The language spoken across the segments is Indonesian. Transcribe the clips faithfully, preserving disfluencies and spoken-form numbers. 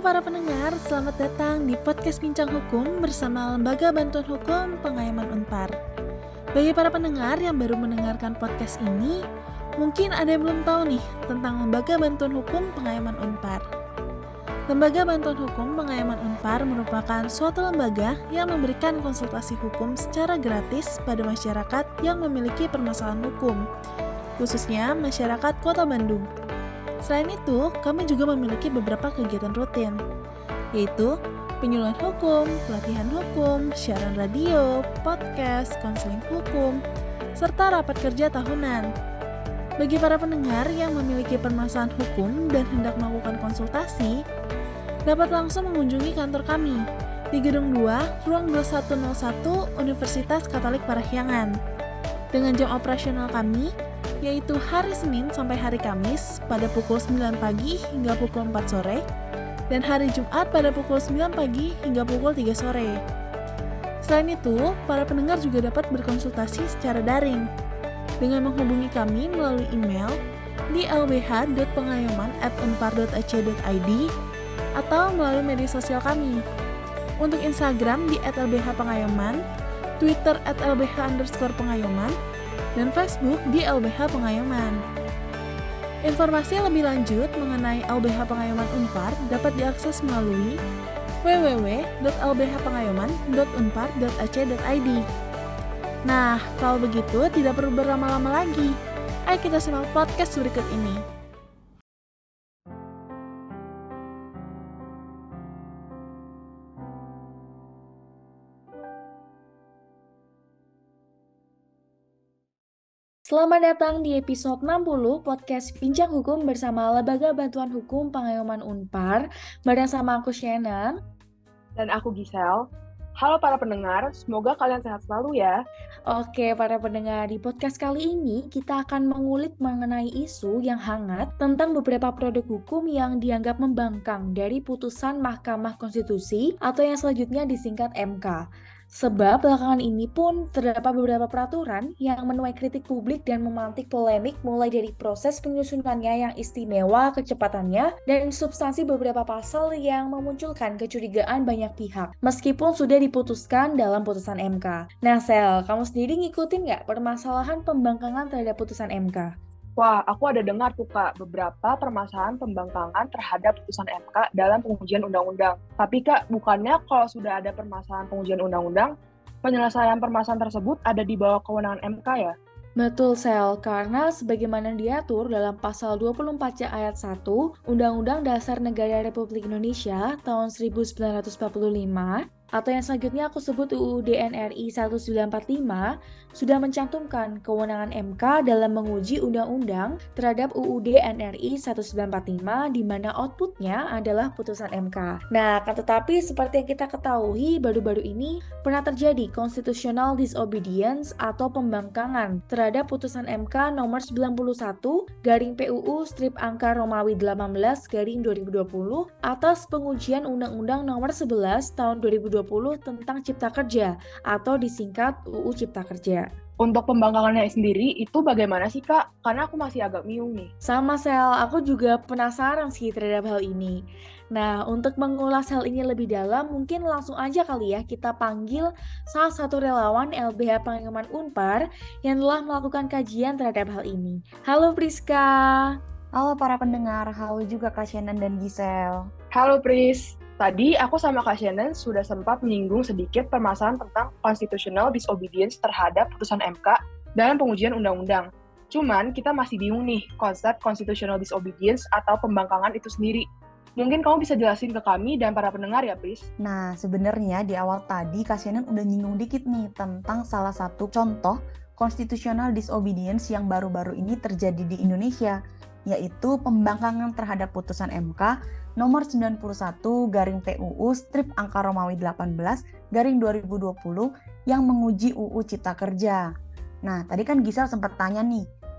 para pendengar, selamat datang di podcast Bincang Hukum bersama Lembaga Bantuan Hukum Pengayoman Unpar. Bagi para pendengar yang baru mendengarkan podcast ini, mungkin ada yang belum tahu nih tentang Lembaga Bantuan Hukum Pengayoman Unpar. Lembaga Bantuan Hukum Pengayoman Unpar merupakan suatu lembaga yang memberikan konsultasi hukum secara gratis pada masyarakat yang memiliki permasalahan hukum, khususnya masyarakat Kota Bandung. Selain itu, kami juga memiliki beberapa kegiatan rutin, yaitu penyuluhan hukum, pelatihan hukum, siaran radio, podcast, konseling hukum, serta rapat kerja tahunan. Bagi para pendengar yang memiliki permasalahan hukum dan hendak melakukan konsultasi, dapat langsung mengunjungi kantor kami di Gedung dua, Ruang dua satu nol satu, Universitas Katolik Parahyangan. Dengan jam operasional kami, yaitu hari Senin sampai hari Kamis pada pukul sembilan pagi hingga pukul empat sore, dan hari Jumat pada pukul sembilan pagi hingga pukul tiga sore. Selain itu, para pendengar juga dapat berkonsultasi secara daring dengan menghubungi kami melalui email di l b h dot pengayoman at unpar dot a c dot i d atau melalui media sosial kami. Untuk Instagram di at l b h pengayoman, Twitter at l b h underscore pengayoman, dan Facebook di L B H Pengayoman. Informasi lebih lanjut mengenai L B H Pengayoman Unpar dapat diakses melalui w w w dot l b h pengayoman dot unpar dot a c dot i d. Nah, kalau begitu tidak perlu berlama-lama lagi. Ayo kita simak podcast berikut ini. Selamat datang di episode enam puluh podcast Bincang Hukum bersama Lembaga Bantuan Hukum Pengayoman Unpar. Bareng sama aku Shannon. Dan aku Giselle. Halo para pendengar, semoga kalian sehat selalu ya. Oke para pendengar, di podcast kali ini kita akan mengulik mengenai isu yang hangat tentang beberapa produk hukum yang dianggap membangkang dari putusan Mahkamah Konstitusi atau yang selanjutnya disingkat M K. Sebab belakangan ini pun terdapat beberapa peraturan yang menuai kritik publik dan memantik polemik mulai dari proses penyusunannya yang istimewa, kecepatannya, dan substansi beberapa pasal yang memunculkan kecurigaan banyak pihak, meskipun sudah diputuskan dalam putusan M K. Nah Sel, kamu sendiri ngikutin nggak permasalahan pembangkangan terhadap putusan M K? Wah, aku ada dengar tuh Kak, beberapa permasalahan pembangkangan terhadap putusan M K dalam pengujian undang-undang. Tapi Kak, bukannya kalau sudah ada permasalahan pengujian undang-undang, penyelesaian permasalahan tersebut ada di bawah kewenangan M K ya? Betul Sel, karena sebagaimana diatur dalam pasal dua puluh empat C ayat satu Undang-Undang Dasar Negara Republik Indonesia tahun seribu sembilan ratus empat puluh lima, atau yang selanjutnya aku sebut U U D N R I seribu sembilan ratus empat puluh lima, sudah mencantumkan kewenangan M K dalam menguji undang-undang terhadap U U D N R I seribu sembilan ratus empat puluh lima, di mana outputnya adalah putusan M K. Nah, kan tetapi seperti yang kita ketahui, baru-baru ini pernah terjadi constitutional disobedience atau pembangkangan terhadap putusan M K nomor sembilan puluh satu garing P U U strip angka Romawi delapan belas garing dua ribu dua puluh atas pengujian Undang-Undang nomor sebelas tahun dua ribu dua puluh tentang Cipta Kerja atau disingkat U U Cipta Kerja. Untuk pembangkangannya sendiri, itu bagaimana sih Kak? Karena aku masih agak bingung nih. Sama Sel, aku juga penasaran sih terhadap hal ini. Nah, untuk mengulas hal ini lebih dalam, mungkin langsung aja kali ya kita panggil salah satu relawan L B H Pengayoman Unpar yang telah melakukan kajian terhadap hal ini. Halo Priska. Halo para pendengar, halo juga Kak Shannon dan Giselle. Halo Pris. Tadi aku sama Kak Shannon sudah sempat menyinggung sedikit permasalahan tentang constitutional disobedience terhadap putusan M K dalam pengujian undang-undang. Cuman kita masih bingung nih konsep constitutional disobedience atau pembangkangan itu sendiri. Mungkin kamu bisa jelasin ke kami dan para pendengar ya, Pris? Nah, sebenarnya di awal tadi Kak Shannon udah nyinggung dikit nih tentang salah satu contoh constitutional disobedience yang baru-baru ini terjadi di Indonesia, yaitu pembangkangan terhadap putusan M K nomor sembilan puluh satu garing P U U strip angka Romawi delapan belas garing dua ribu dua puluh yang menguji U U Cipta Kerja. Nah, tadi kan Giselle sempat tanya nih,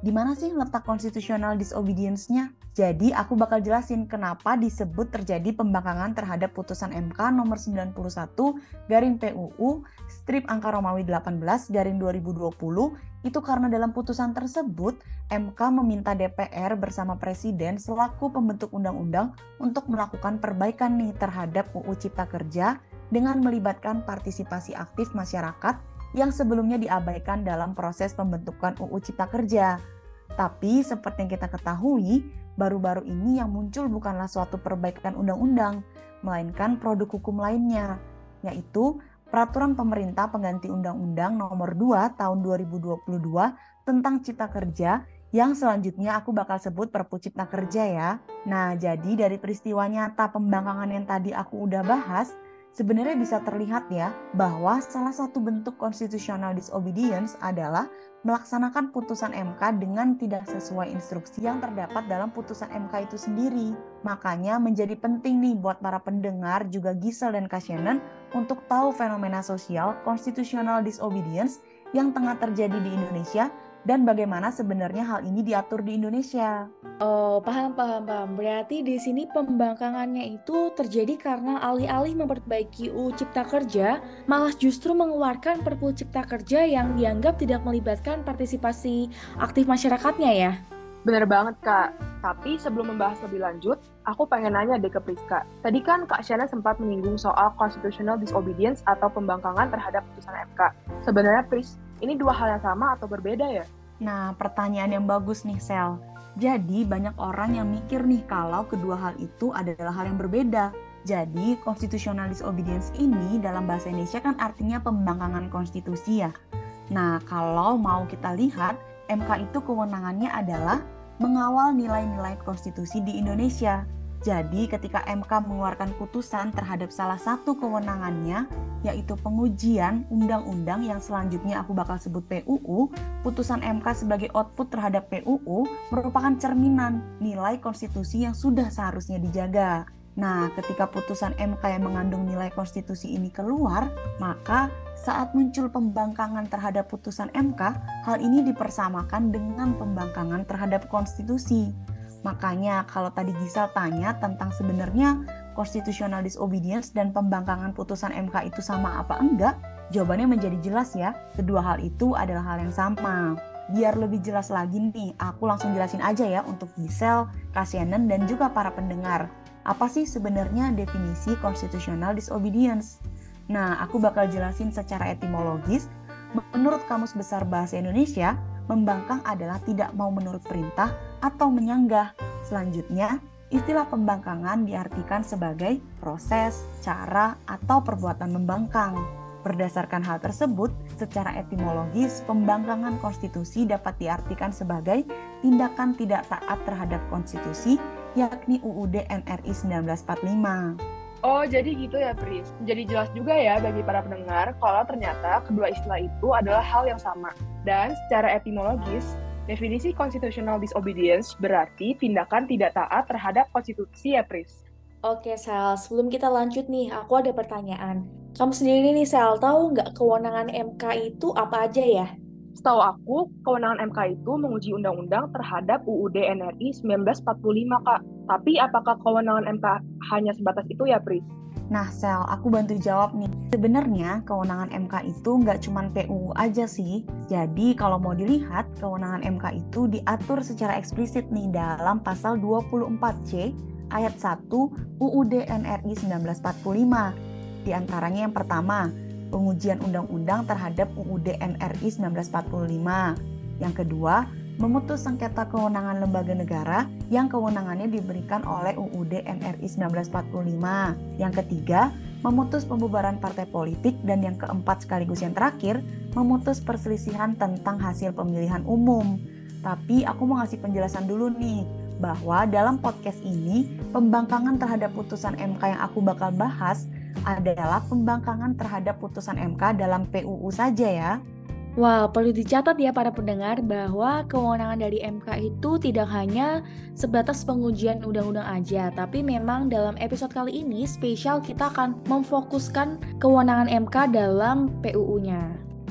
Di mana sih letak constitutional disobedience-nya? Jadi aku bakal jelasin kenapa disebut terjadi pembangkangan terhadap putusan M K nomor sembilan puluh satu garing P U U strip angka Romawi delapan belas garing dua ribu dua puluh. Itu karena dalam putusan tersebut M K meminta D P R bersama Presiden selaku pembentuk undang-undang untuk melakukan perbaikan nih terhadap U U Cipta Kerja dengan melibatkan partisipasi aktif masyarakat yang sebelumnya diabaikan dalam proses pembentukan U U Cipta Kerja. Tapi seperti yang kita ketahui, baru-baru ini yang muncul bukanlah suatu perbaikan undang-undang, melainkan produk hukum lainnya, yaitu Peraturan Pemerintah Pengganti Undang-Undang Nomor dua Tahun dua ribu dua puluh dua tentang Cipta Kerja yang selanjutnya aku bakal sebut Perpu Cipta Kerja ya. Nah, jadi dari peristiwa nyata pembangkangan yang tadi aku udah bahas, sebenarnya bisa terlihat ya bahwa salah satu bentuk constitutional disobedience adalah melaksanakan putusan M K dengan tidak sesuai instruksi yang terdapat dalam putusan M K itu sendiri. Makanya menjadi penting nih buat para pendengar juga Gisel dan Kak Shannon untuk tahu fenomena sosial constitutional disobedience yang tengah terjadi di Indonesia dan bagaimana sebenarnya hal ini diatur di Indonesia. Oh, paham, paham, paham. Berarti di sini pembangkangannya itu terjadi karena alih-alih memperbaiki U U Cipta Kerja, malah justru mengeluarkan Perpu Cipta Kerja yang dianggap tidak melibatkan partisipasi aktif masyarakatnya ya? Bener banget, Kak. Tapi sebelum membahas lebih lanjut, aku pengen nanya deh ke Priska. Tadi kan Kak Shannon sempat menyinggung soal constitutional disobedience atau pembangkangan terhadap putusan M K. Sebenarnya, Pris, ini dua hal yang sama atau berbeda ya? Nah, pertanyaan yang bagus nih, Sel. Jadi, banyak orang yang mikir nih kalau kedua hal itu adalah hal yang berbeda. Jadi, constitutional disobedience ini dalam bahasa Indonesia kan artinya pembangkangan konstitusi ya. Nah, kalau mau kita lihat, M K itu kewenangannya adalah mengawal nilai-nilai konstitusi di Indonesia. Jadi ketika M K mengeluarkan putusan terhadap salah satu kewenangannya, yaitu pengujian undang-undang yang selanjutnya aku bakal sebut P U U, putusan M K sebagai output terhadap P U U merupakan cerminan nilai konstitusi yang sudah seharusnya dijaga. Nah, ketika putusan M K yang mengandung nilai konstitusi ini keluar, maka saat muncul pembangkangan terhadap putusan M K, hal ini dipersamakan dengan pembangkangan terhadap konstitusi. Makanya kalau tadi Gisel tanya tentang sebenarnya constitutional disobedience dan pembangkangan putusan M K itu sama apa enggak, jawabannya menjadi jelas ya. Kedua hal itu adalah hal yang sama. Biar lebih jelas lagi nih, aku langsung jelasin aja ya untuk Gisel, Kak Shannon, dan juga para pendengar. Apa sih sebenarnya definisi constitutional disobedience? Nah, aku bakal jelasin secara etimologis. Menurut Kamus Besar Bahasa Indonesia, membangkang adalah tidak mau menurut perintah atau menyanggah. Selanjutnya, istilah pembangkangan diartikan sebagai proses, cara, atau perbuatan membangkang. Berdasarkan hal tersebut, secara etimologis, pembangkangan konstitusi dapat diartikan sebagai tindakan tidak taat terhadap konstitusi, yakni U U D N R I seribu sembilan ratus empat puluh lima. Oh, jadi gitu ya, Pris. Jadi jelas juga ya bagi para pendengar kalau ternyata kedua istilah itu adalah hal yang sama. Dan secara etimologis, definisi constitutional disobedience berarti tindakan tidak taat terhadap konstitusi ya, Pris. Oke, Sel. Sebelum kita lanjut nih, aku ada pertanyaan. Kamu sendiri nih, Sel, tahu nggak kewenangan M K itu apa aja ya? Setahu aku, kewenangan M K itu menguji undang-undang terhadap U U D N R I seribu sembilan ratus empat puluh lima, Kak. Tapi apakah kewenangan M K hanya sebatas itu ya, Pris? Nah, Sel, aku bantu jawab nih. Sebenarnya kewenangan M K itu nggak cuma P U U aja sih. Jadi kalau mau dilihat, kewenangan M K itu diatur secara eksplisit nih dalam pasal dua puluh empat C ayat satu U U D N R I seribu sembilan ratus empat puluh lima. Di antaranya yang pertama, pengujian undang-undang terhadap U U D N R I seribu sembilan ratus empat puluh lima. Yang kedua, memutus sengketa kewenangan lembaga negara yang kewenangannya diberikan oleh U U D N R I seribu sembilan ratus empat puluh lima. Yang ketiga, memutus pembubaran partai politik. Dan yang keempat sekaligus yang terakhir, memutus perselisihan tentang hasil pemilihan umum. Tapi aku mau ngasih penjelasan dulu nih, bahwa dalam podcast ini, pembangkangan terhadap putusan M K yang aku bakal bahas adalah pembangkangan terhadap putusan M K dalam P U U saja ya. Wah, perlu dicatat ya para pendengar bahwa kewenangan dari M K itu tidak hanya sebatas pengujian undang-undang aja, tapi memang dalam episode kali ini spesial kita akan memfokuskan kewenangan M K dalam P U U-nya.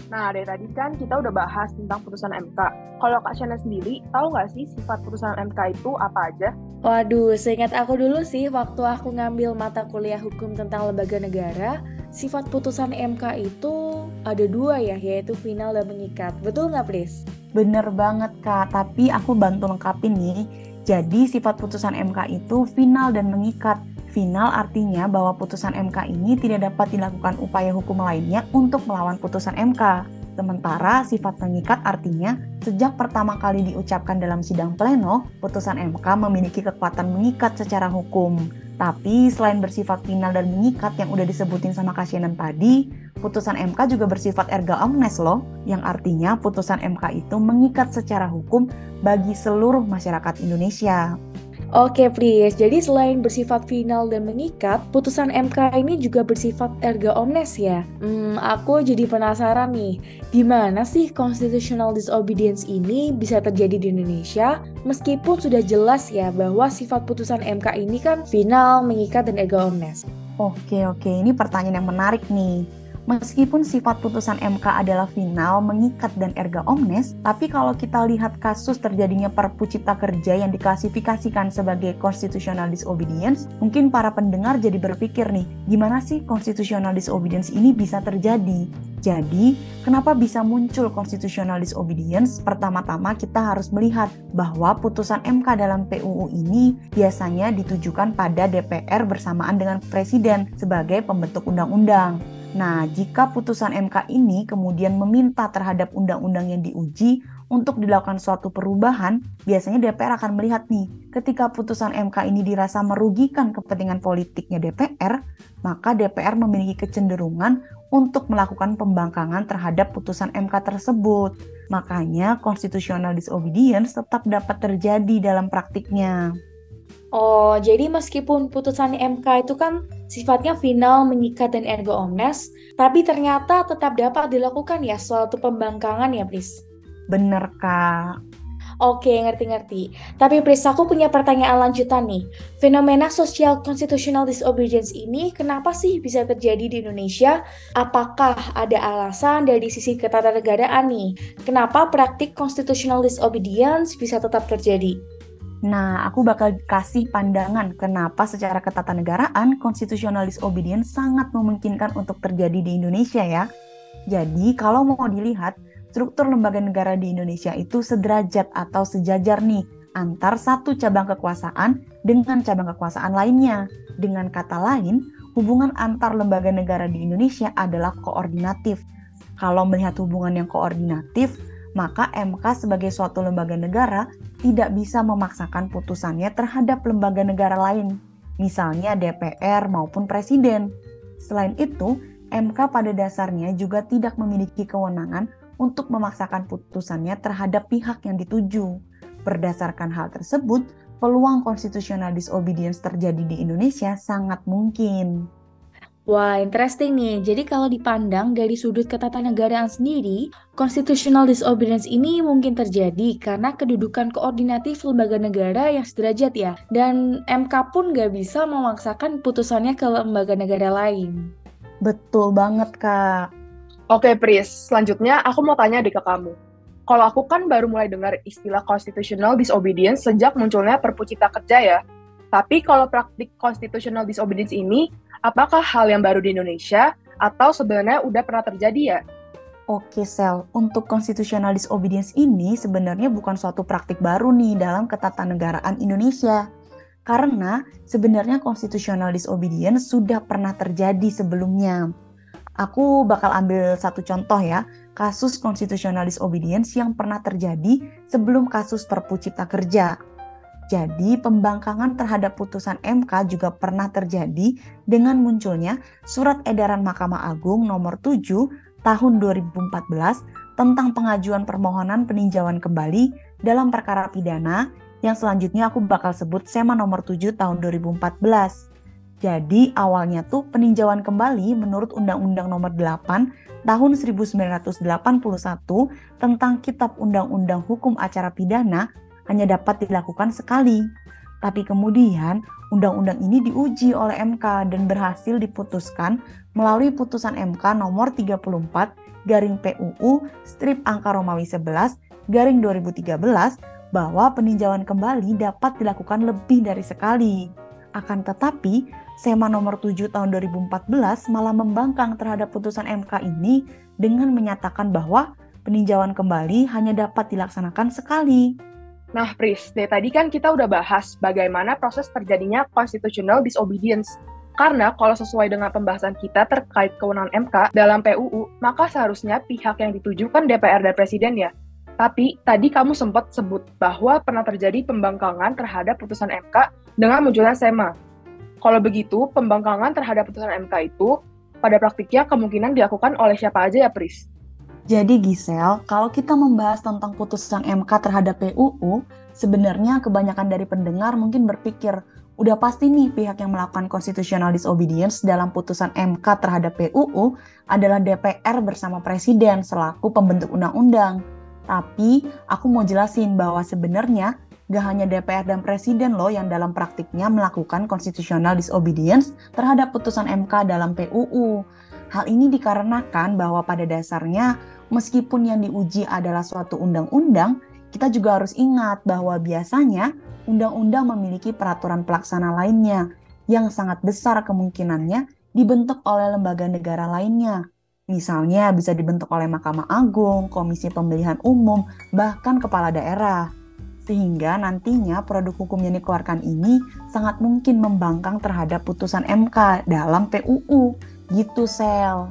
Nah, dari tadi kan kita udah bahas tentang putusan M K. Kalau Kak Shana sendiri, tahu nggak sih sifat putusan M K itu apa aja? Waduh, seingat aku dulu sih waktu aku ngambil mata kuliah hukum tentang lembaga negara, sifat putusan M K itu ada dua ya, yaitu final dan mengikat. Betul nggak, Pris? Bener banget Kak, tapi aku bantu lengkapin nih. Jadi sifat putusan M K itu final dan mengikat. Final artinya bahwa putusan M K ini tidak dapat dilakukan upaya hukum lainnya untuk melawan putusan M K. Sementara sifat mengikat artinya sejak pertama kali diucapkan dalam sidang pleno, putusan M K memiliki kekuatan mengikat secara hukum. Tapi selain bersifat final dan mengikat yang udah disebutin sama Kak Shannon tadi, putusan M K juga bersifat erga omnes loh, yang artinya putusan M K itu mengikat secara hukum bagi seluruh masyarakat Indonesia. Oke, Pris. Jadi selain bersifat final dan mengikat, putusan M K ini juga bersifat erga omnes ya? Hmm, aku jadi penasaran nih, gimana sih constitutional disobedience ini bisa terjadi di Indonesia? Meskipun sudah jelas ya bahwa sifat putusan M K ini kan final, mengikat, dan erga omnes. Oke, oke, ini pertanyaan yang menarik nih. Meskipun sifat putusan M K adalah final, mengikat, dan erga omnes, tapi kalau kita lihat kasus terjadinya Perpu Cipta Kerja yang diklasifikasikan sebagai constitutional disobedience, mungkin para pendengar jadi berpikir nih, gimana sih constitutional disobedience ini bisa terjadi? Jadi, kenapa bisa muncul constitutional disobedience? Pertama-tama kita harus melihat bahwa putusan M K dalam P U U ini biasanya ditujukan pada D P R bersamaan dengan Presiden sebagai pembentuk undang-undang. Nah, jika putusan M K ini kemudian meminta terhadap undang-undang yang diuji untuk dilakukan suatu perubahan, biasanya D P R akan melihat nih, ketika putusan M K ini dirasa merugikan kepentingan politiknya D P R, maka D P R memiliki kecenderungan untuk melakukan pembangkangan terhadap putusan M K tersebut. Makanya, constitutional disobedience tetap dapat terjadi dalam praktiknya. Oh, jadi meskipun putusan M K itu kan sifatnya final, mengikat, dan erga omnes, tapi ternyata tetap dapat dilakukan ya suatu pembangkangan ya, Pris? Bener, Kak. Oke, ngerti-ngerti. Tapi Pris, aku punya pertanyaan lanjutan nih. Fenomena social constitutional disobedience ini kenapa sih bisa terjadi di Indonesia? Apakah ada alasan dari sisi ketatanegaraan nih? Kenapa praktik constitutional disobedience bisa tetap terjadi? Nah, aku bakal kasih pandangan kenapa secara ketatanegaraan constitutional disobedience sangat memungkinkan untuk terjadi di Indonesia ya. Jadi, kalau mau dilihat, struktur lembaga negara di Indonesia itu sederajat atau sejajar nih antar satu cabang kekuasaan dengan cabang kekuasaan lainnya. Dengan kata lain, hubungan antar lembaga negara di Indonesia adalah koordinatif. Kalau melihat hubungan yang koordinatif, maka M K sebagai suatu lembaga negara tidak bisa memaksakan putusannya terhadap lembaga negara lain, misalnya D P R maupun Presiden. Selain itu, M K pada dasarnya juga tidak memiliki kewenangan untuk memaksakan putusannya terhadap pihak yang dituju. Berdasarkan hal tersebut, peluang constitutional disobedience terjadi di Indonesia sangat mungkin. Wah, interesting nih. Jadi kalau dipandang dari sudut ketatanegaraan sendiri, constitutional disobedience ini mungkin terjadi karena kedudukan koordinatif lembaga negara yang sederajat ya. Dan M K pun nggak bisa memaksakan putusannya ke lembaga negara lain. Betul banget, Kak. Oke, Pris. Selanjutnya aku mau tanya deh ke kamu. Kalau aku kan baru mulai dengar istilah constitutional disobedience sejak munculnya Perpu Cipta Kerja ya. Tapi kalau praktik constitutional disobedience ini, apakah hal yang baru di Indonesia atau sebenarnya udah pernah terjadi ya? Oke, Sel. Untuk constitutional disobedience ini sebenarnya bukan suatu praktik baru nih dalam ketatanegaraan Indonesia. Karena sebenarnya constitutional disobedience sudah pernah terjadi sebelumnya. Aku bakal ambil satu contoh ya, kasus constitutional disobedience yang pernah terjadi sebelum kasus Perpu Cipta Kerja. Jadi, pembangkangan terhadap putusan M K juga pernah terjadi dengan munculnya Surat Edaran Mahkamah Agung nomor tujuh tahun dua ribu empat belas tentang pengajuan permohonan peninjauan kembali dalam perkara pidana yang selanjutnya aku bakal sebut SEMA nomor tujuh tahun dua ribu empat belas. Jadi, awalnya tuh peninjauan kembali menurut Undang-Undang nomor delapan tahun seribu sembilan ratus delapan puluh satu tentang Kitab Undang-Undang Hukum Acara Pidana hanya dapat dilakukan sekali. Tapi kemudian undang-undang ini diuji oleh M K dan berhasil diputuskan melalui putusan M K nomor tiga puluh empat garing P U U strip angka Romawi sebelas garing dua ribu tiga belas bahwa peninjauan kembali dapat dilakukan lebih dari sekali. Akan tetapi, SEMA nomor tujuh tahun dua ribu empat belas malah membangkang terhadap putusan M K ini dengan menyatakan bahwa peninjauan kembali hanya dapat dilaksanakan sekali. Nah, Pris, dari tadi kan kita udah bahas bagaimana proses terjadinya constitutional disobedience. Karena kalau sesuai dengan pembahasan kita terkait kewenangan M K dalam P U U, maka seharusnya pihak yang dituju kan D P R dan Presiden ya. Tapi tadi kamu sempat sebut bahwa pernah terjadi pembangkangan terhadap putusan M K dengan munculnya SEMA. Kalau begitu, pembangkangan terhadap putusan M K itu pada praktiknya kemungkinan dilakukan oleh siapa aja ya, Pris? Jadi Gisel, kalau kita membahas tentang putusan M K terhadap P U U, sebenarnya kebanyakan dari pendengar mungkin berpikir, udah pasti nih pihak yang melakukan constitutional disobedience dalam putusan M K terhadap P U U adalah D P R bersama Presiden selaku pembentuk undang-undang. Tapi aku mau jelasin bahwa sebenarnya gak hanya D P R dan Presiden loh yang dalam praktiknya melakukan constitutional disobedience terhadap putusan M K dalam P U U. Hal ini dikarenakan bahwa pada dasarnya meskipun yang diuji adalah suatu undang-undang, kita juga harus ingat bahwa biasanya undang-undang memiliki peraturan pelaksana lainnya yang sangat besar kemungkinannya dibentuk oleh lembaga negara lainnya. Misalnya bisa dibentuk oleh Mahkamah Agung, Komisi Pemilihan Umum, bahkan kepala daerah. Sehingga nantinya produk hukum yang dikeluarkan ini sangat mungkin membangkang terhadap putusan M K dalam P U U. Gitu, Sel.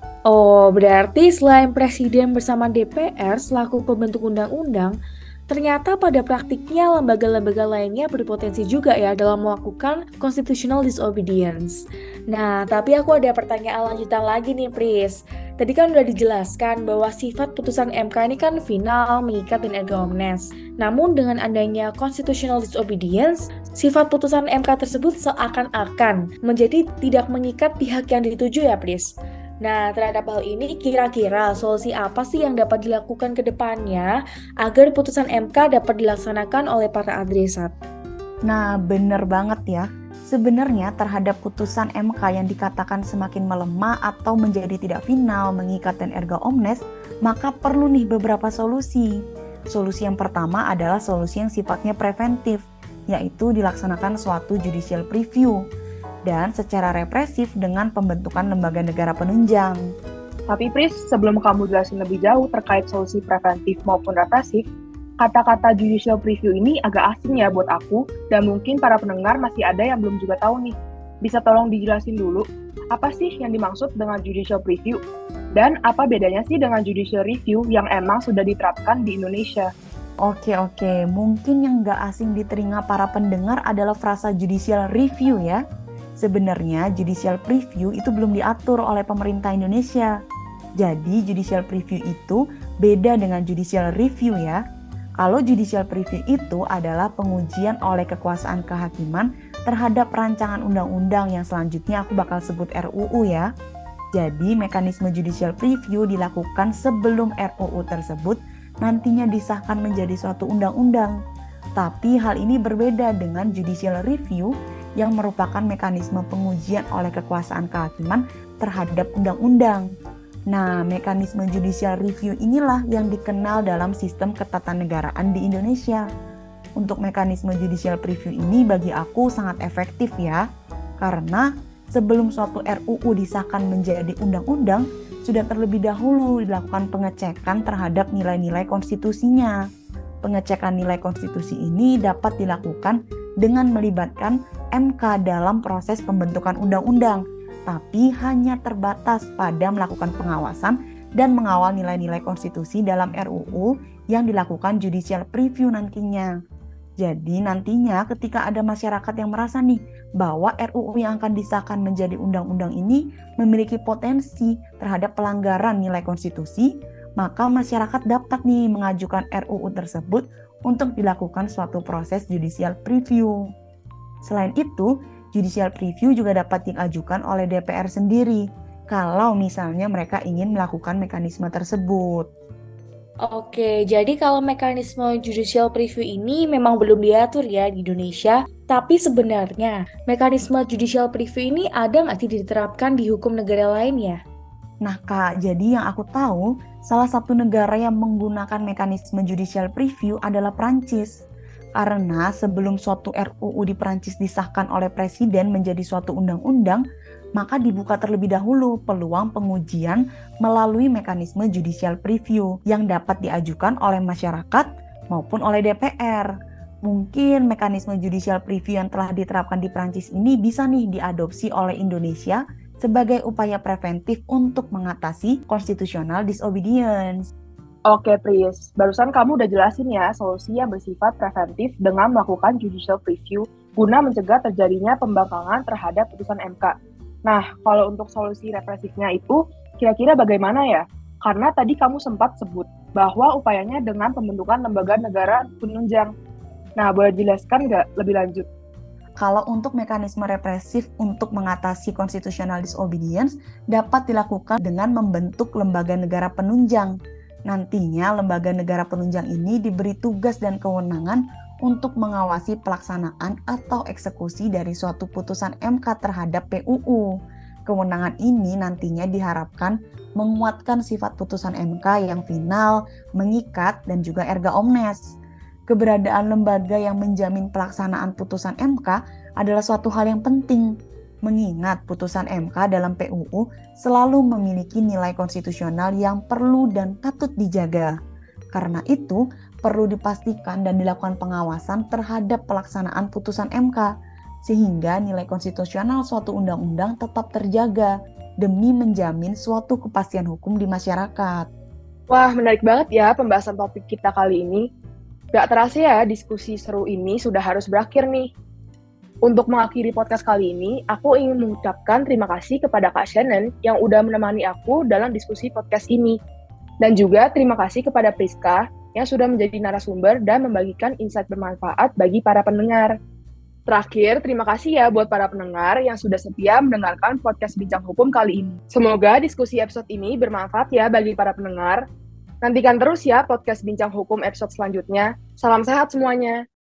Oh, berarti selain Presiden bersama D P R selaku pembentuk undang-undang, ternyata pada praktiknya lembaga-lembaga lainnya berpotensi juga ya dalam melakukan constitutional disobedience. Nah, tapi aku ada pertanyaan lanjutan lagi nih, Pris. Tadi kan udah dijelaskan bahwa sifat putusan M K ini kan final, mengikat, dan erga omnes. Namun dengan adanya constitutional disobedience, sifat putusan M K tersebut seakan-akan menjadi tidak mengikat pihak yang dituju ya, Pris. Nah, terhadap hal ini, kira-kira solusi apa sih yang dapat dilakukan ke depannya agar putusan M K dapat dilaksanakan oleh para adresat? Nah, bener banget ya. Sebenarnya terhadap putusan M K yang dikatakan semakin melemah atau menjadi tidak final, mengikat, dan erga omnes, maka perlu nih beberapa solusi. Solusi yang pertama adalah solusi yang sifatnya preventif, yaitu dilaksanakan suatu judicial preview dan secara represif dengan pembentukan lembaga negara penunjang. Tapi Pris, sebelum kamu jelasin lebih jauh terkait solusi preventif maupun represif, kata-kata judicial preview ini agak asing ya buat aku, dan mungkin para pendengar masih ada yang belum juga tahu nih. Bisa tolong dijelasin dulu, apa sih yang dimaksud dengan judicial preview? Dan apa bedanya sih dengan judicial review yang emang sudah diterapkan di Indonesia? Oke, oke. Mungkin yang nggak asing di telinga para pendengar adalah frasa judicial review ya. Sebenarnya judicial preview itu belum diatur oleh pemerintah Indonesia. Jadi judicial preview itu beda dengan judicial review ya. Kalau judicial preview itu adalah pengujian oleh kekuasaan kehakiman terhadap rancangan undang-undang yang selanjutnya aku bakal sebut R U U ya. Jadi mekanisme judicial preview dilakukan sebelum R U U tersebut nantinya disahkan menjadi suatu undang-undang. Tapi hal ini berbeda dengan judicial review yang merupakan mekanisme pengujian oleh kekuasaan kehakiman terhadap undang-undang. Nah, mekanisme judicial review inilah yang dikenal dalam sistem ketatanegaraan di Indonesia. Untuk mekanisme judicial preview ini bagi aku sangat efektif ya, karena sebelum suatu R U U disahkan menjadi undang-undang, sudah terlebih dahulu dilakukan pengecekan terhadap nilai-nilai konstitusinya. Pengecekan nilai konstitusi ini dapat dilakukan dengan melibatkan M K dalam proses pembentukan undang-undang, tapi hanya terbatas pada melakukan pengawasan dan mengawal nilai-nilai konstitusi dalam R U U yang dilakukan judicial preview nantinya. Jadi nantinya ketika ada masyarakat yang merasa nih bahwa R U U yang akan disahkan menjadi undang-undang ini memiliki potensi terhadap pelanggaran nilai konstitusi, maka masyarakat dapat nih mengajukan R U U tersebut untuk dilakukan suatu proses judicial preview. Selain itu, judicial preview juga dapat diajukan oleh D P R sendiri kalau misalnya mereka ingin melakukan mekanisme tersebut. Oke, jadi kalau mekanisme judicial preview ini memang belum diatur ya di Indonesia, tapi sebenarnya mekanisme judicial preview ini ada nggak sih diterapkan di hukum negara lain ya? Nah Kak, jadi yang aku tahu, salah satu negara yang menggunakan mekanisme judicial preview adalah Prancis. Karena sebelum suatu R U U di Prancis disahkan oleh presiden menjadi suatu undang-undang, maka dibuka terlebih dahulu peluang pengujian melalui mekanisme judicial preview yang dapat diajukan oleh masyarakat maupun oleh D P R. Mungkin mekanisme judicial preview yang telah diterapkan di Prancis ini bisa nih diadopsi oleh Indonesia sebagai upaya preventif untuk mengatasi constitutional disobedience. Oke, Pris. Barusan kamu udah jelasin ya solusi yang bersifat preventif dengan melakukan judicial preview guna mencegah terjadinya pembangkangan terhadap putusan M K. Nah, kalau untuk solusi represifnya itu, kira-kira bagaimana ya? Karena tadi kamu sempat sebut bahwa upayanya dengan pembentukan lembaga negara penunjang. Nah, boleh jelaskan nggak lebih lanjut? Kalau untuk mekanisme represif untuk mengatasi constitutional disobedience dapat dilakukan dengan membentuk lembaga negara penunjang. Nantinya lembaga negara penunjang ini diberi tugas dan kewenangan untuk mengawasi pelaksanaan atau eksekusi dari suatu putusan M K terhadap P U U. Kewenangan ini nantinya diharapkan menguatkan sifat putusan M K yang final, mengikat, dan juga erga omnes. Keberadaan lembaga yang menjamin pelaksanaan putusan M K adalah suatu hal yang penting, mengingat putusan M K dalam P U U selalu memiliki nilai konstitusional yang perlu dan patut dijaga. Karena itu, perlu dipastikan dan dilakukan pengawasan terhadap pelaksanaan putusan M K, sehingga nilai konstitusional suatu undang-undang tetap terjaga demi menjamin suatu kepastian hukum di masyarakat. Wah, menarik banget ya pembahasan topik kita kali ini. Gak terasa ya, diskusi seru ini sudah harus berakhir nih. Untuk mengakhiri podcast kali ini, aku ingin mengucapkan terima kasih kepada Kak Shannon yang udah menemani aku dalam diskusi podcast ini. Dan juga terima kasih kepada Priska yang sudah menjadi narasumber dan membagikan insight bermanfaat bagi para pendengar. Terakhir, terima kasih ya buat para pendengar yang sudah setia mendengarkan podcast Bincang Hukum kali ini. Semoga diskusi episode ini bermanfaat ya bagi para pendengar. Nantikan terus ya podcast Bincang Hukum episode selanjutnya. Salam sehat semuanya.